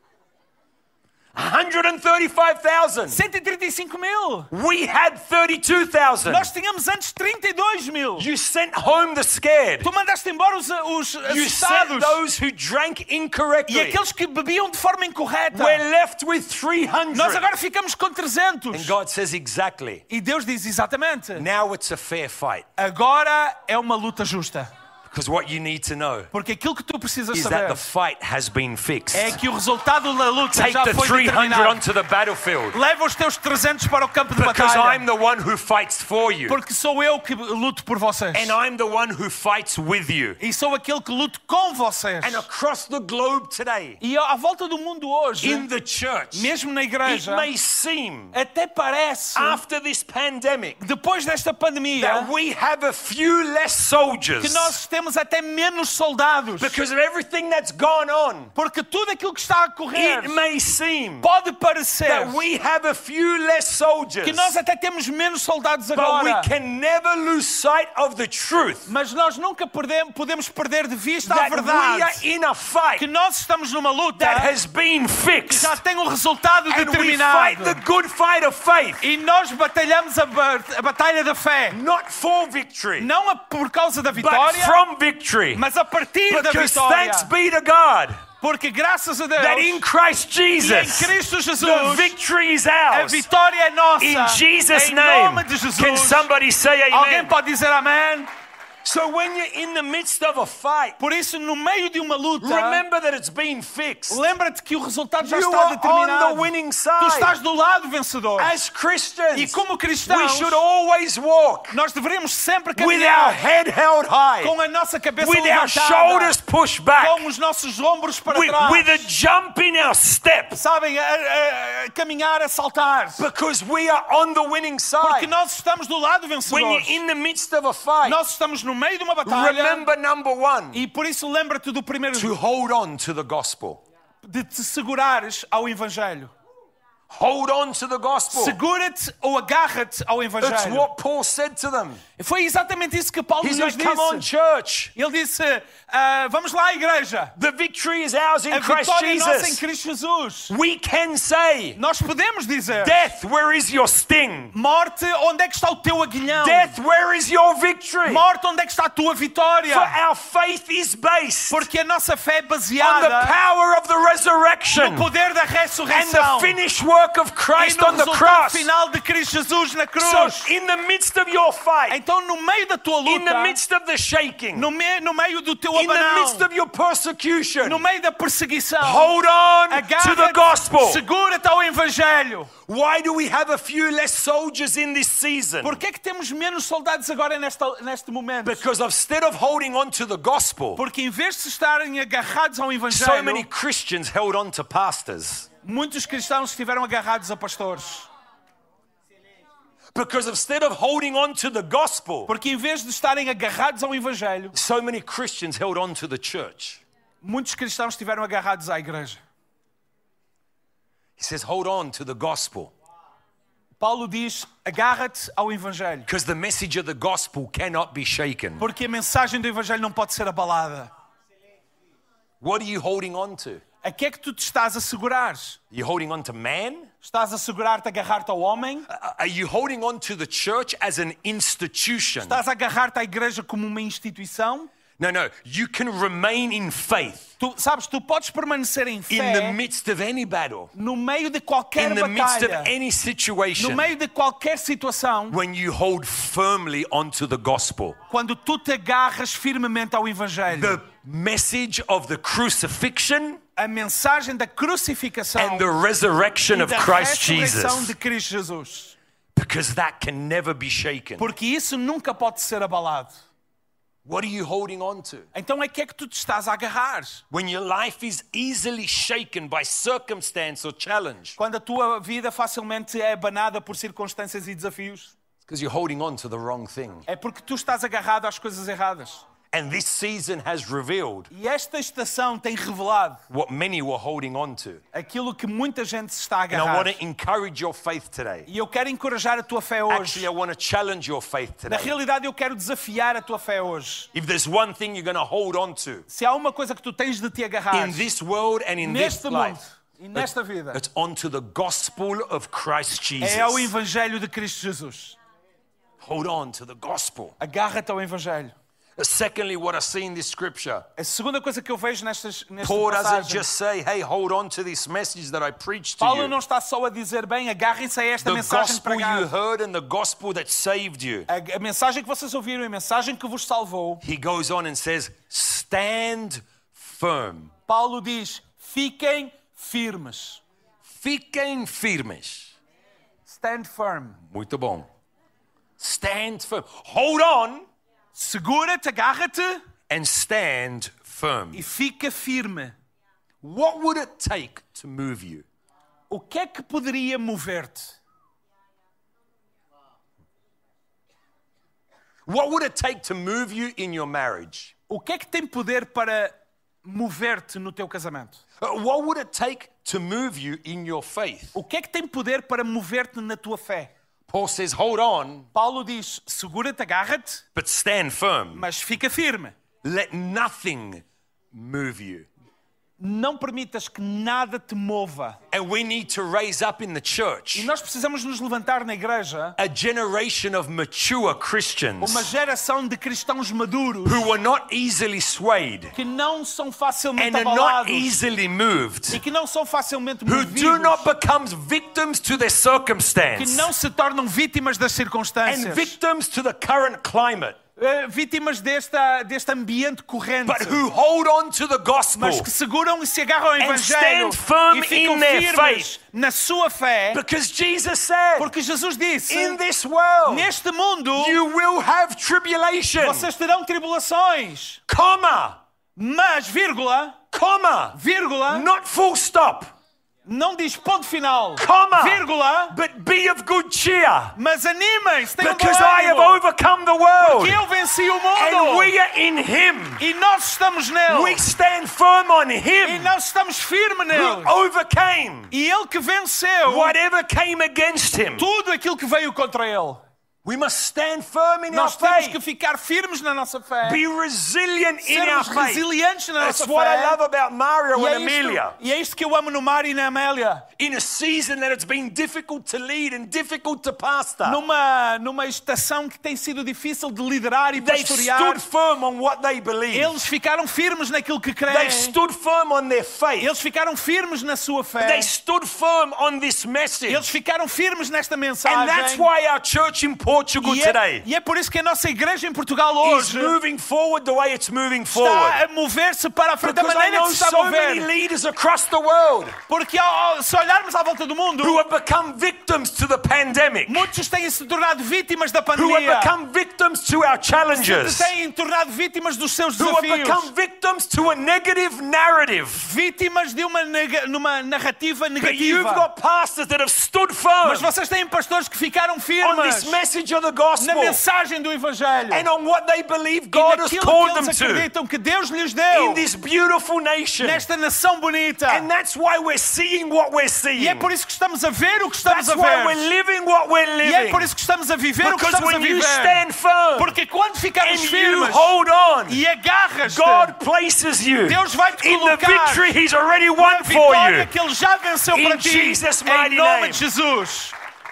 135,000. 135 mil. We had 32,000. Nós tínhamos antes 32 mil. You sent home the scared. Tu mandaste embora os You sent assustados. those who drank E incorrectly. aqueles que bebiam de forma incorreta. We're left with 300. Nós agora ficamos com 300. And God says exactly. E Deus diz exatamente. Now it's a fair fight. Agora é uma luta justa. Because what you need to know Porque aquilo que tu precisas is saber that the fight has been fixed. é que o resultado da luta Take já the foi 300 determinado. onto the battlefield. Leva os teus 300 para o campo de Because batalha. I'm the one who fights for you. Porque sou eu que luto por vocês. And I'm the one who fights with you. E sou aquele que luto com vocês. And across the globe today, E à volta do mundo hoje, in the church, mesmo na it igreja, may seem, até parece, after this pandemic, depois desta pandemia, that we have a few less soldiers que nós temos até menos soldados. because of everything that's gone on. Porque tudo aquilo que está a correr It may seem pode parecer that we have a few less soldiers, que nós até temos menos soldados but agora. we can never lose sight of the truth Mas nós nunca podemos perder de vista a that we verdade. are in a fight Que nós estamos numa luta that has been que fixed, já tem um resultado and we determinado. fight the good fight of faith, E nós batalhamos a batalha da fé. not for victory, Não por causa da but vitória, from victory. mas a partir da Because vitória. thanks be to God Porque graças a Deus, that in Christ e em Jesus, Cristo the Jesus, victory is a ours. vitória é nossa. In Jesus' Em name, nome de Jesus. can somebody say Alguém amen? pode dizer amém? So when you're in the midst of a fight, Por isso, no meio de uma luta, remember that it's been fixed. lembra-te que o resultado já You está are on determinado. the winning Tu side. estás do lado vencedor. As Christians, E como we cristãos, should always walk nós deveríamos sempre with our caminhar head held high, com a nossa cabeça with our levantada, shoulders pushed back, com os nossos ombros para with trás. a jump in our step, Sabem, a caminhar, a saltar. because we are on the winning Porque side. nós estamos do lado When vencedor. you're in the midst of a fight, Nós estamos no meio de uma batalha. remember number one, E por isso lembra-te do primeiro, to hold on to the gospel. de te segurares ao Evangelho. Hold on to the gospel. Segura-te ou agarra-te ao That's Evangelho. what Paul said to them. Foi exatamente isso que Paulo He lhes said, come on, disse. church. Ele disse, vamos lá, igreja. The victory is ours in A Christ vitória é nossa em Jesus. Cristo Jesus. We can say, Nós podemos dizer, death, where is your sting? morte, onde é que está o teu aguilhão? Death, where is your victory? Morte, onde é que está a tua vitória? For our faith is based Porque a nossa fé é on the baseada power of the resurrection no poder da and the ressurreição finished work of e Christ no on the resultado cross. final de Cristo Jesus na So, cruz. in the midst of your fight, Então, no meio da tua in the luta, midst of the shaking, no meio do teu in the midst abanão, of your persecution, no meio da perseguição, hold on to the gospel. agarra-te, segura-te ao Evangelho. Why do we have a few less soldiers in this season? Por que é que temos menos soldados agora neste momento? Because instead of holding on to the gospel, Porque em vez de estarem agarrados ao so Evangelho, many Christians held on to pastors. muitos cristãos estiveram agarrados a pastores. Because instead of holding on to the gospel, Porque em vez de estarem agarrados ao Evangelho, so many Christians held on to the church. muitos cristãos estiveram agarrados à igreja. He says, hold on to the gospel. Paulo diz, agarra-te ao Evangelho. Because the message of the gospel cannot be shaken. Porque a mensagem do Evangelho não pode ser abalada. What are you holding on to? A que é que tu te estás a segurar? Are you holding on to man? Estás a segurar-te, agarrar-te ao homem? Are you holding on to the church as an institution? Estás a agarrar-te à igreja como uma instituição? No. You can remain in faith Tu podes permanecer em in the fé midst of any battle, no meio de qualquer in the midst of batalha, any no situation, meio de qualquer situação, when you hold firmly onto the gospel. quando tu te agarras firmemente ao Evangelho. The message of the crucifixion A mensagem da crucificação and the resurrection e of da Christ ressurreição Jesus. de Cristo Jesus. Because that can never be shaken. Porque isso nunca pode ser abalado. What are you holding on to? Então é que tu te estás a agarrar? When your life is easily shaken by circumstance or challenge, Quando a tua vida facilmente é abanada por circunstâncias e desafios, because you're holding on to the wrong thing. é porque tu estás agarrado às coisas erradas. And this season has revealed E esta estação tem revelado what many were holding on to. aquilo que muita gente se está a And I agarrar. want to encourage your faith today. E eu quero encorajar a tua fé Actually, I hoje. want to challenge your faith Na today. realidade, eu quero desafiar a tua fé hoje. If there's one thing you're going to hold on to Se há uma coisa que tu tens de te agarrar in this world and in this neste mundo life, e nesta vida, it's onto the gospel of Christ é ao Jesus. Evangelho de Cristo Jesus. Hold on to the gospel. Agarra-te ao Evangelho. Secondly, what I see in this scripture, A segunda coisa que eu vejo nesta Paul doesn't passagem, just say, hey, hold on to this message that I preached to Paulo you. não está só a dizer, bem, agarrem-se a esta The mensagem gospel you pregada. heard and the gospel that saved you. A mensagem que vocês ouviram, a mensagem que vos salvou. He goes on and says, stand firm. Paulo diz, fiquem firmes. Fiquem firmes. Stand firm. Muito bom. Stand firm. Hold on Segura-te, agarra-te and stand firm. e fica firme. What would it take to move you? O que é que poderia mover-te? What would it take to move you in your marriage? O que é que tem poder para mover-te no teu casamento? What would it take to move you in your faith? O que é que tem poder para mover-te na tua fé? Paul says, hold on, Paulo diz, segura-te, agarra-te, but stand firm. mas fica firme. Let nothing move you. Não permitas que nada te mova. And we need to raise up in the E church nós precisamos nos levantar na igreja a generation of mature Christians uma geração de cristãos maduros who are not easily swayed que não são facilmente and are not abalados easily moved, e que não são facilmente who do not movidos, become victims to their que circumstance não se tornam vítimas das and circunstâncias, victims to the current climate, vítimas deste ambiente corrente, but who hold on to the gospel mas que seguram e se agarram ao Evangelho stand firm e ficam in their firmes na sua fé, because Jesus said, porque Jesus disse, in this world neste mundo you will have tribulation, vocês terão tribulações, comma, mas, vírgula, comma, vírgula, not full stop. Não diz ponto final, comma, vírgula, but be of good cheer, mas animem-se, tenham bom because I have ânimo, overcome the world, que eu venci o and mundo. we are in Him. E nós estamos nele. We stand firm on E Him nós estamos firmes nele. who overcame E ele que venceu whatever came against Him. tudo aquilo que veio contra ele. We must stand firm in our Nós temos que faith. ficar firmes na nossa fé. Be resilient in our Sermos faith. resilientes na That's nossa what I fé. love about Mario and E Amelia. é isto que eu amo no Mário e na Amélia. In a season that it's been difficult to lead and difficult to pastor, Numa estação que tem sido difícil de liderar e they've pastorear, stood firm on what they believe. eles ficaram firmes naquilo que They've creem. stood firm on their faith. Eles ficaram firmes na sua fé. They stood firm on this message. Eles ficaram firmes nesta And mensagem. that's why our church in Portugal today E é por isso que a nossa igreja em Portugal is hoje moving forward the way it's moving está forward. a mover-se para a frente da Because I maneira know que se está a so many mover. leaders across the world Porque se olharmos à volta do mundo, who have become victims to the pandemic, muitos têm se tornado vítimas da who have pandemia. become victims to our challenges, Têm tornado vítimas dos seus who have desafios. become victims to a negative narrative. Vítimas de numa narrativa But you've negativa. got pastors that have stood firm Mas vocês têm pastores que ficaram on firmes this message of the na gospel mensagem do Evangelho. and on what they believe E God has naquilo called que them eles to acreditam que Deus lhes deu in this beautiful nation. nesta nação bonita. And that's why we're seeing what we're seeing. E é por isso que estamos a ver o que estamos That's a why we're ver. living what we're E é living. por isso que estamos a viver o que Because estamos a when you viver. stand firm Porque quando ficamos and you firmes hold on, e agarras-te God places you Deus vai te in the colocar victory He's already na won for vitória you. que Ele já venceu In para ti. Jesus' Em mighty nome name. de Jesus.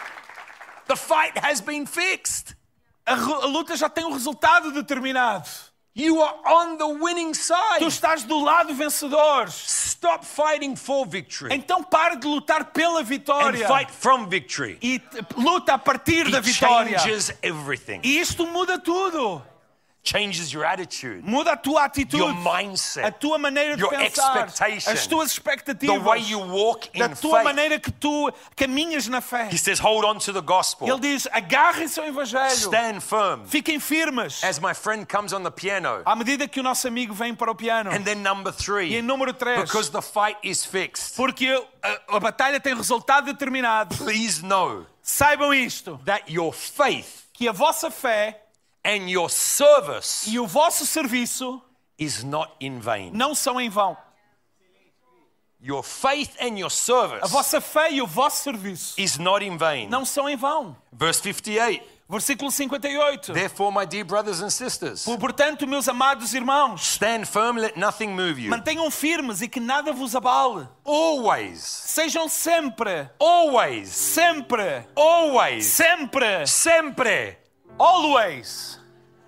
The fight has been fixed. A luta já tem um resultado determinado. You are on the winning side. Tu estás do lado vencedor. Stop fighting for victory Então pare de lutar pela and vitória fight from victory. e luta a partir da It vitória. changes everything. E isto muda tudo. Changes your attitude, Muda a tua atitude, your a mindset, tua maneira de your pensar, expectation, as tuas the expectativas, way you walk da in tua faith. maneira que tu caminhas na fé. He says, hold on to the gospel. Ele diz, agarrem-se ao Evangelho, Stand firm. fiquem firmes. As my friend comes on the piano. À medida que o nosso amigo vem para o piano. And then number E 3, em número 3, because the fight is fixed. porque a batalha tem resultado determinado. Please know Saibam isto, that your faith que a vossa fé and your service e o vosso serviço is not in vain. não são em vão. Your faith and your A service vossa fé e o vosso serviço is not in vain. não são em vão. Verse 58. Versículo 58. Therefore, my dear brothers and sisters, Portanto, meus amados irmãos, stand firm, let nothing move you. mantenham firmes e que nada vos abale. Always, Sejam sempre, always, sempre, always, sempre, sempre always,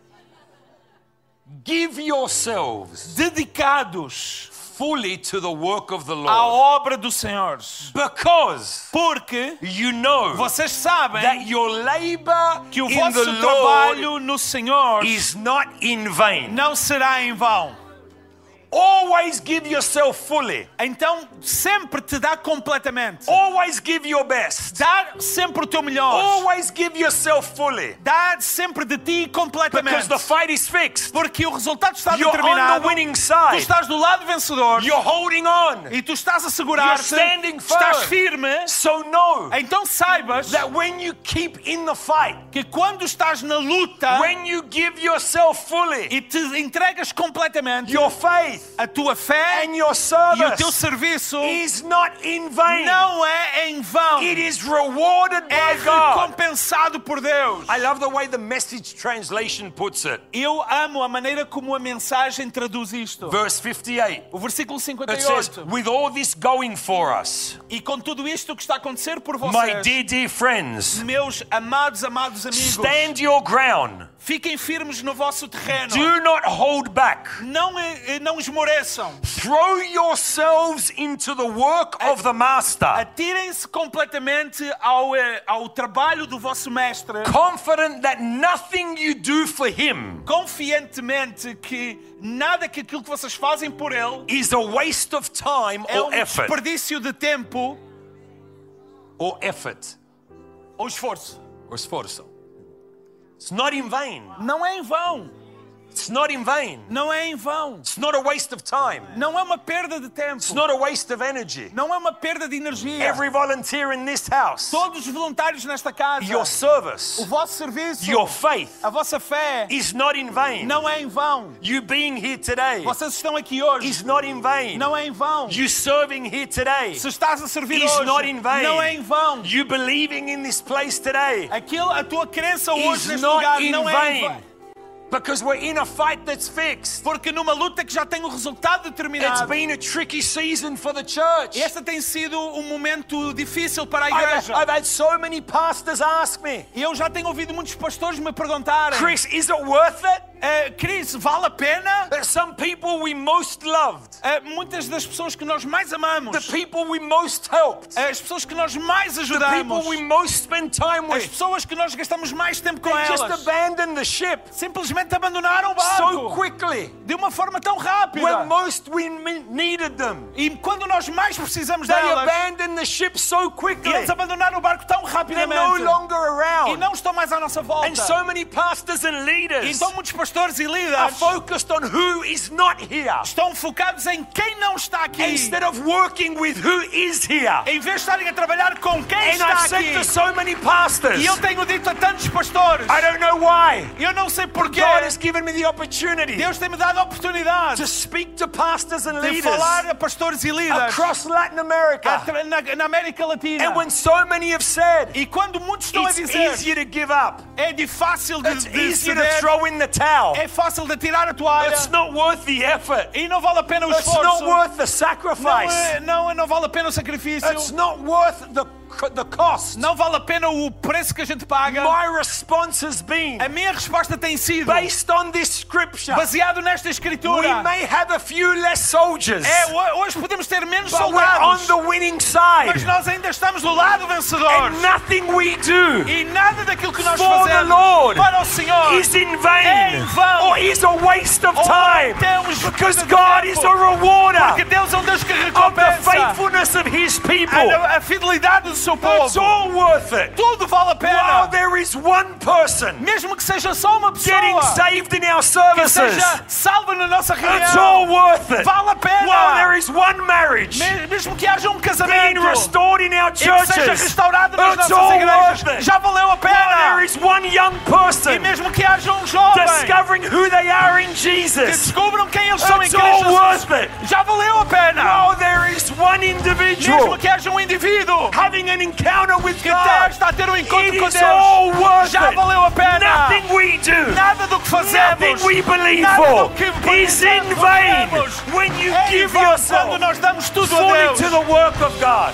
give yourselves dedicados fully to the work of the à Lord. obra do Senhor. Because Porque you know vocês sabem that your labor que o in vosso the Lord trabalho no Senhor is not in vain. não será em vão. Always give yourself fully. Então, sempre te dá completamente. Always give your best. Dá sempre o teu melhor. Always give yourself fully. Dá sempre de ti completamente. Because the fight is fixed. Porque o resultado está You're on determinado. the winning Tu side. estás do lado vencedor. You're holding on. E tu estás a segurar-te. You're standing Estás firm. firme. So know Então saibas that when you keep in the fight, que quando estás na luta when you give yourself fully, e te entregas completamente, your faith a tua fé and your e o teu service serviço is not in vain. não é em vão. It is rewarded É by God. recompensado por Deus. I love the way the Message translation puts it. Eu amo a maneira como a mensagem traduz isto. Verse 58. O versículo It says, 58. with all this going for us, E com tudo isto que está a acontecer por my vocês, dear friends, meus amados amigos, stand your ground. fiquem firmes no vosso terreno. Do not hold back. Não esmoreçam. Throw yourselves into the work of the Master, Atirem-se completamente ao trabalho do vosso mestre, confident that nothing you do for him confiantemente que nada que aquilo que vocês fazem por ele is a waste of time é or effort. desperdício de tempo Or effort. ou esforço. Or esforço. It's not in vain. Não é em vão. It's not in vain. não é em vão. It's not a waste of time. Não é uma perda de tempo. It's not a waste of energy. Não é uma perda de energia. Every volunteer in this house, Todos os voluntários nesta casa, your service, o vosso serviço, your faith a vossa fé, is not in vain. não é em vão. You being here today Vocês estão aqui hoje, is not in vain. não é em vão. You serving here today Se estás a servir is not hoje, in vain. não é em vão. You believing in this place today A tua crença hoje is neste not lugar in não é em vain. vão. Because we're in a fight that's fixed. Porque numa luta que já tem o resultado It's determinado. been a tricky season for the church. Este tem sido um momento difícil para a I've igreja. had so many pastors ask me, E eu já tenho ouvido muitos pastores me perguntarem: Chris, is it worth it? Chris, vale a pena? That some people we most loved, Muitas das pessoas que nós mais amamos, the people we most helped, as pessoas que nós mais the ajudamos, people we most spend time as with, pessoas que nós gastamos mais tempo com they just elas, abandoned the ship simplesmente abandonaram o so barco quickly de uma forma tão rápida. when most we needed them. E quando nós mais precisamos They delas, abandoned the ship so quickly. eles abandonaram o barco tão They're rapidamente no longer e around. não estão mais à nossa volta. And so many pastors and leaders Então muitos pastores e are líderes focused on who is not here estão focados em quem não está aqui, instead of working with who is here. em vez de estarem a trabalhar com quem And está I've said aqui. to so many pastors, E eu tenho dito a tantos pastores, I don't know why, eu não sei porquê, God has given me the opportunity Deus tem-me dado a oportunidade to speak to pastors and de leaders falar a pastores e líderes across Latin America. na América Latina. And when so many have said, E quando muitos estão a it's dizer, easier to give up, é fácil it's de easier to ceder, throw in the towel, é fácil de tirar a toalha, it's not worth the effort, e não vale a pena o it's not esforço, worth the sacrifice, não vale a pena o sacrifício, it's not worth the cost. não vale a pena o preço que a gente paga. My response has been, A minha resposta tem sido, based on this scripture, baseado nesta we escritura, may have a few less soldiers, hoje podemos ter menos but we're on soldados, the winning side. mas nós ainda estamos do lado vencedor. And nothing we do E nada daquilo que nós for the fazemos Lord para o Senhor is in é vain em vão. or is a waste of Ou time, temos because perda de God tempo. is a rewarder Porque Deus é um Deus que of the recompensa faithfulness of His people. a fidelidade do seu It's povo. all worth it. Tudo vale a While pena. there is one person Mesmo que seja só uma getting pessoa saved in our que services, seja salva na nossa it's all reunião, worth it. vale a While there pena. is one marriage Mesmo que haja um being casamento restored in our e que seja churches, restaurado nas it's nossas all igrejas, worth it. já valeu a While there pena. is one young E person mesmo que haja um jovem discovering who they are in que Jesus, descubram quem eles são em it's all Cristo worth Jesus, it. já valeu a pena. While there is one individual Mesmo que haja um indivíduo having an encounter with que God, está a ter um encontro it com is all Deus, worth já it. valeu a pena. Nothing we do, Nada do que fazemos, nothing we believe nada for do que is in pensamos, vain fazemos, when you é em give vão yourself quando nós damos tudo a fully Deus. to the work of God.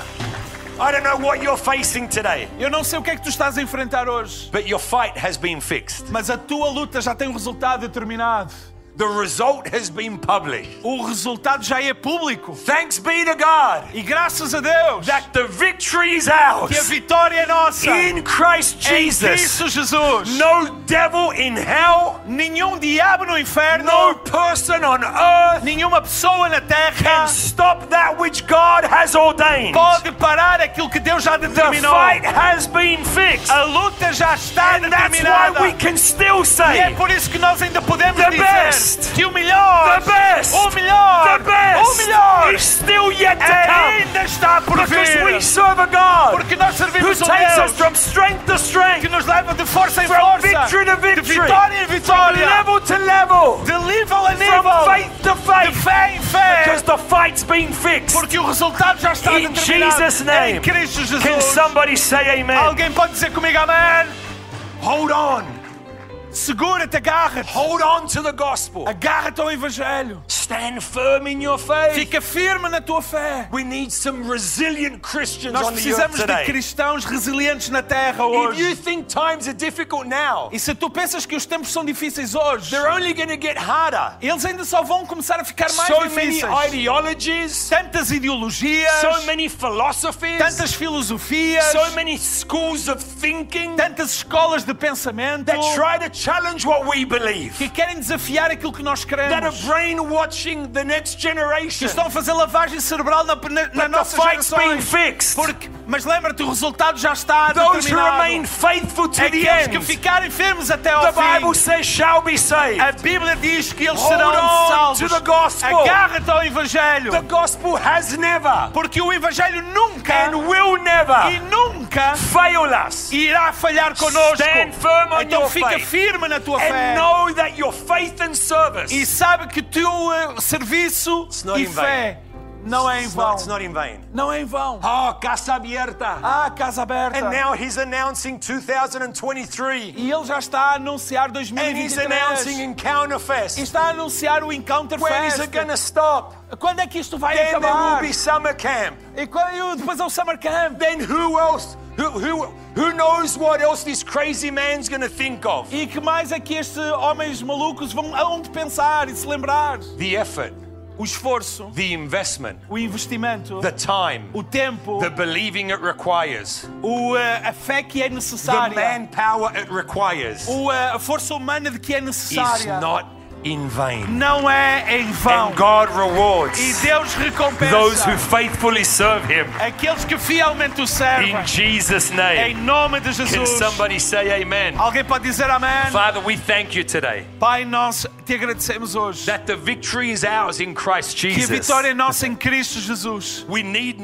I don't know what you're facing today, Eu não sei o que é que tu estás a enfrentar hoje, but your fight has been fixed. mas a tua luta já tem um resultado determinado. The result has been published. O resultado já é público. Thanks be to God E graças a Deus that the victory is que a ours vitória é nossa in Christ em Jesus. Cristo Jesus. No devil in hell, Nenhum diabo no inferno, no person on earth nenhuma pessoa na terra can stop that which God has ordained. pode parar aquilo que Deus já The determinou. fight has been fixed. A luta já está And that's why determinada. we can still E é say, por isso que nós ainda podemos The dizer best. que o melhor, the best, o melhor, the best o melhor is still yet to come. ainda está por Because we vir. serve a God Porque nós who servimos um takes Deus us from strength to que strength, nos leva de força em from força, victory to de victory, vitória em from vitória, level to level, de nível a from nível, faith to de faith, fé em fé, because the fight's been fixed. porque o resultado já está In determinado Jesus' name. em Cristo Can Jesus. somebody say amen? Alguém pode dizer comigo amém? Hold on. Segura-te, agarra-te. Hold on to the gospel. Agarra-te ao Evangelho. Stand firm in your faith. Fica firme na tua fé. We need some resilient Christians Nós on the earth precisamos de today. cristãos resilientes na terra If hoje. you think times are difficult now, E se tu pensas que os tempos são difíceis hoje, they're only going to get harder. eles ainda só vão começar a ficar mais So many difíceis. ideologies, Tantas ideologias, so many philosophies, tantas filosofias, so many schools of thinking tantas escolas de pensamento that try to challenge what we believe, que querem desafiar aquilo que nós that are queremos, brainwashing the next que generation. estão a fazer lavagem cerebral na But the nossa fight's been geração. fixed. Porque Mas lembra-te, o resultado já está Those who determinado. remain faithful to the Aqueles que end, ficarem firmes até ao the Bible fim. says shall be saved. A Bíblia diz que eles Hold serão on salvos. to the gospel. Agarra-te ao Evangelho. The gospel has never Porque o Evangelho nunca and will e never nunca fail us. irá falhar connosco. Stand firm on Então your fica faith firme na tua fé. and know that your faith and service E sabe que teu serviço not e in fé não é em vão. it's not in vain. Não é em vão. Oh, casa abierta. Casa aberta. And now he's announcing 2023. E ele já está a anunciar And he's announcing 2023. Encounter E Fest. está a anunciar o Encounter When is Fest. it going to stop? Quando é que isto vai Then there will acabar? be summer camp. E depois é o Summer Camp. Then who else? Who knows what else this crazy man's going to think of? E que mais é que estes homens malucos vão aonde pensar e se lembrar? The effort, O esforço, the investment, o investimento, the time, o tempo, the believing it requires, a fé que é the necessária, manpower it requires a força humana de que é is necessária. not in vain. Não é em vão. And God rewards E Deus recompensa those who faithfully serve Him. aqueles que fielmente o servem. In Jesus' Em name. nome de Can Jesus. somebody say amen? Alguém pode dizer amém? Father, we thank you today Pai, nós te agradecemos hoje that the victory is ours in Christ que a Jesus. vitória é nossa em Cristo Jesus. We need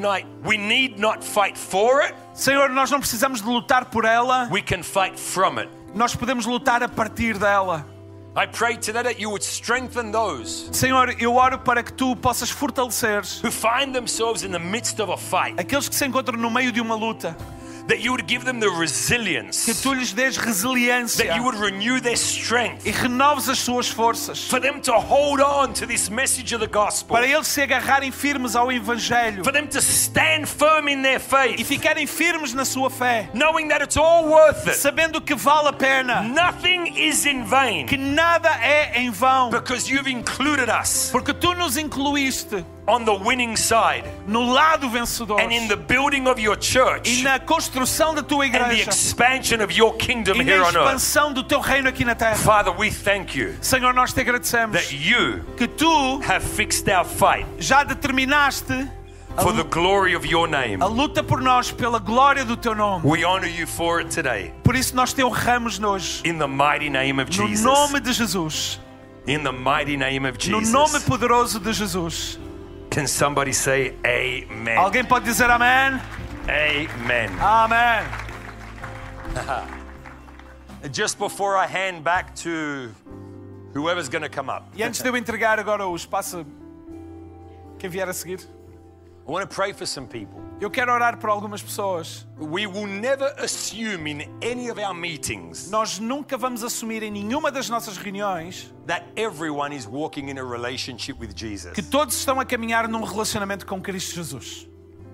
not fight for it. Senhor, nós não precisamos de lutar por ela, We can fight from it. nós podemos lutar a partir dela. I pray today that you would strengthen those Senhor, eu oro para que tu possas fortalecer who find themselves in the midst of a fight, aqueles que se encontram no meio de uma luta, that you would give them the que resilience, tu lhes dês resiliência that you would renew their strength, e renoves as suas forças, for them to hold on to this message of the gospel, para eles se agarrarem firmes ao Evangelho for them to stand firm in their e faith, ficarem firmes na sua fé, knowing that it's all worth it. sabendo que vale a pena, Nothing is in vain que nada é em vão, because you've included us porque tu nos incluíste on the winning side no lado vencedor and in the building of your church e na construção da tua and the igreja expansion of your kingdom e here na on earth. expansão do teu reino aqui na terra. Father, we thank you Senhor, nós te agradecemos that you que tu have fixed our fight já determinaste for the glory of your name. a luta por nós pela glória do teu nome. We honor you for it today Por isso nós te honramos hoje, in the mighty name of no Jesus. nome de Jesus, In the mighty name of no nome Jesus. poderoso de Jesus. Can somebody say amen? Alguém pode dizer amém? Amen. Amém. Just before I hand back to whoever's going to come up, E antes de eu entregar agora o espaço quem vier a seguir, I want to pray for some people. eu quero orar por algumas pessoas. We will never assume in any of our meetings Nós nunca vamos assumir em nenhuma das nossas reuniões that everyone is walking in a relationship with Jesus. que todos estão a caminhar num relacionamento com Cristo Jesus.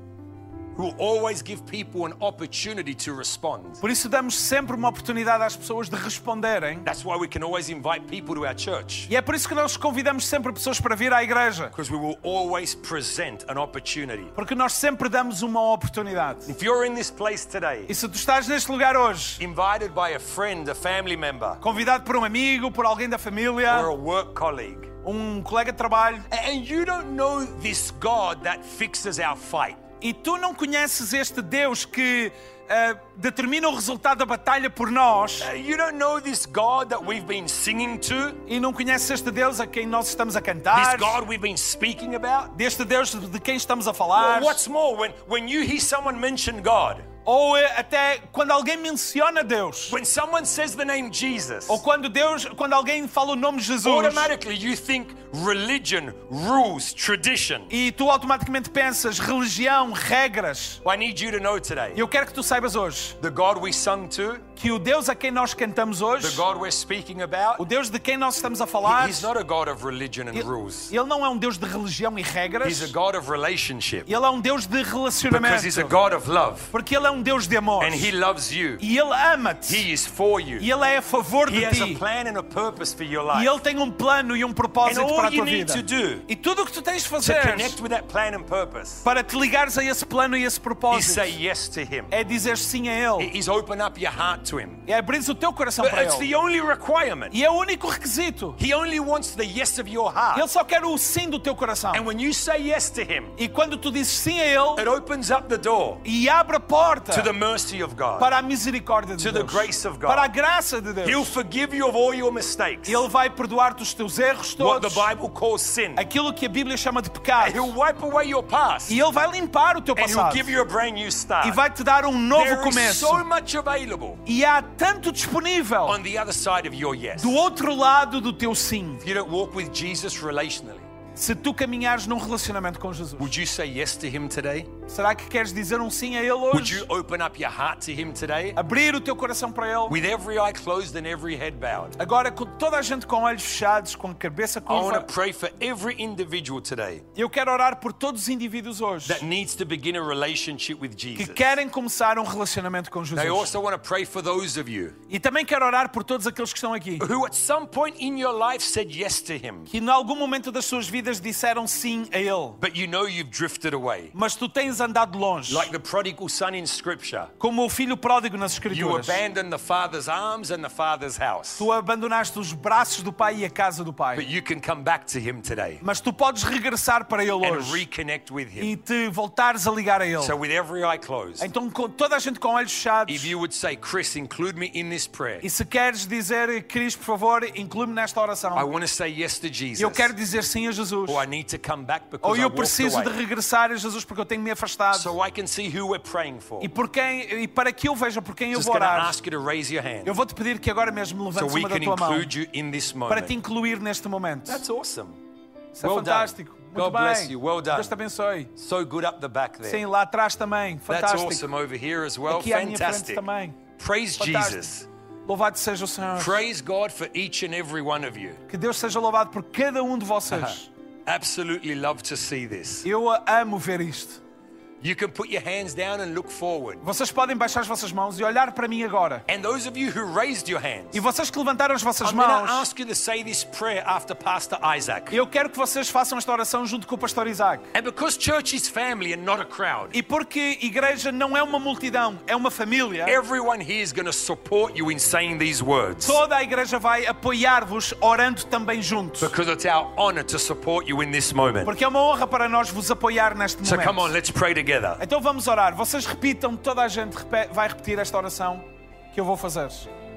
We will always give people an opportunity to respond. Por isso damos sempre uma oportunidade às pessoas de responderem. That's why we can always invite people to our church, E é por isso que nós convidamos sempre pessoas para vir à igreja. because we will always present an opportunity. Porque nós sempre damos uma oportunidade. If you're in this place today, E se tu estás neste lugar hoje, invited by a friend, a family member, convidado por um amigo, por alguém da família, or a work colleague, um colega de trabalho, and you don't know this God that fixes our fight, e tu não conheces este Deus que determina o resultado da batalha por nós, you don't know this God that we've been singing to, e não conheces este Deus a quem nós estamos a this cantar, God we've been speaking about. deste Deus de quem estamos a falar, What's more, when you hear someone mention God, ou até quando alguém menciona Deus, when someone says the name Jesus, ou quando alguém fala o nome de Jesus, automatically you think religion, rules, tradition. e tu automaticamente pensas religião, regras. I need you to know today, Eu quero que tu saibas hoje the God we sung to, que o Deus a quem nós cantamos the hoje, God we're speaking about, o Deus de quem nós estamos a falar, He's not a God of religion and rules. ele não é um Deus de religião e He's a regras, God of relationship, ele é um Deus de relacionamento, because He's a God of love, porque ele é um Deus de amor, and He loves you. e ele ama-te, He is for you. e ele é a favor He de has a ti, plan and a purpose for your e life. ele tem um plano e um And propósito all para a you tua need vida. to do E tudo o que tu tens de to fazer connect with that plan and purpose para te ligares a esse plano e esse is propósito say yes to Him. é dizer sim a ele, Is open up your heart to him. É abrir o teu coração But para it's Ele. the only requirement. E é o único requisito. He only wants the yes of your heart. Ele só quer o sim do teu coração. And when you say yes to him, E quando tu dizes sim a Ele, it opens up the door e abre a porta to the mercy of God, para a misericórdia de to the Deus, grace of God. para a graça de He'll Deus. forgive you of all your mistakes, Ele vai perdoar-te os teus erros what the todos, Bible calls sin. aquilo que a Bíblia chama de And pecado. He'll wipe away your past, E Ele vai limpar o teu and He'll passado give you a brand new start. e vai te dar um novo There is começo. so much available E há tanto disponível on the other side of your yes. do outro lado do teu sim. If you don't walk with Jesus relationally, Se tu caminhares num relacionamento com Jesus, would you say yes to Him today? será que queres dizer um sim a Ele Would hoje? you open up your heart to Him today? Abrir o teu coração para Ele? With every eye closed and every head bowed. Agora, com toda a gente com olhos fechados, com a cabeça I want curva, to pray for every individual today eu quero orar por todos os indivíduos hoje that needs to begin a relationship with que Jesus. querem começar um relacionamento com I Jesus. also want to pray for those of you E também quero orar por todos aqueles que estão aqui, who at some point in your life said yes to Him, que em algum momento das suas vidas disseram sim a Ele, but you know you've drifted away. mas tu tens andado longe, Like the prodigal son in Scripture. como o filho pródigo nas You Escrituras. abandoned the Father's arms and the Father's house. Tu abandonaste os braços do Pai e a casa do Pai. But you can come back to Him today Mas tu podes regressar para Ele and hoje reconnect with Him. e te voltares a ligar a Ele. So with every eye closed, Então, com toda a gente com olhos fechados, if you would say, Chris, include me in this prayer. e se queres dizer, Cris, por favor, inclui-me nesta I oração. want to say yes to Jesus. Eu quero dizer sim a Jesus. Or I need to come back Ou because I eu walked preciso de away. regressar a Jesus porque eu tenho me afastado. So I can see who we're praying for. E para que eu veja por quem eu Just vou going to orar, ask you to raise your hand eu vou-te pedir que agora mesmo so levantes we uma da can tua mão include you in this para te moment. incluir neste momento. That's awesome. Isso é well done. fantástico. Muito God bless bem. you. Well done. Deus te abençoe. So good up the back there. Sim, lá atrás também. That's Fantástico. awesome over here as well. Aqui à minha frente Fantastic. também. Praise Fantástico. Jesus. Louvado seja o Senhor. Praise God for each and every one of you. Que Deus seja louvado por cada um de vocês. Absolutely love to see this. Eu amo ver isto. You can put your hands down and look forward. Vocês podem baixar as vossas mãos e olhar para mim agora. And those of you who raised your hands, E vocês que levantaram as vossas I'm going to mãos, ask you to say this prayer after Pastor Isaac. eu quero que vocês façam esta oração junto com o pastor Isaac. And because church is family and not a crowd, E porque igreja não é uma multidão, é uma família, everyone here is going to support you in saying these words. toda a igreja vai apoiar-vos orando também juntos. Because it's our honor to support you in this moment. Porque é uma honra para nós vos apoiar neste So come on, momento. let's pray together. Então vamos orar. Vocês repitam, toda a gente vai repetir esta oração que eu vou fazer.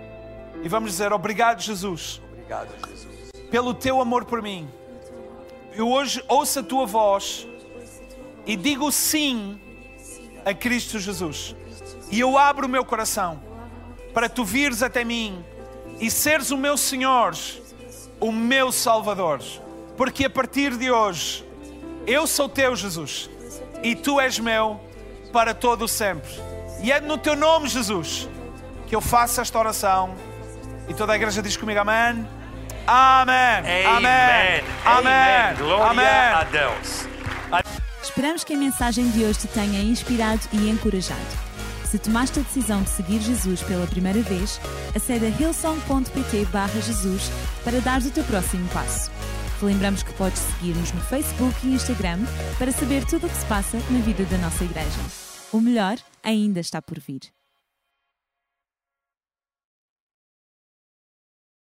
E vamos dizer: obrigado, Jesus, Obrigado, Jesus. pelo teu amor por mim. Eu hoje ouço a tua voz e digo sim a Cristo Jesus. E eu abro o meu coração para tu vires até mim e seres o meu Senhor, o meu Salvador. Porque a partir de hoje eu sou teu, Jesus, e tu és meu para todo o sempre. E é no teu nome, Jesus, que eu faço esta oração. E toda a igreja diz comigo amém. Amém. Amen. Amém. Glória a Deus. Esperamos que a mensagem de hoje te tenha inspirado e encorajado. Se tomaste a decisão de seguir Jesus pela primeira vez, acede a hillsong.pt/Jesus para dar o teu próximo passo. Te lembramos que podes seguir-nos no Facebook e Instagram para saber tudo o que se passa na vida da nossa igreja. O melhor ainda está por vir.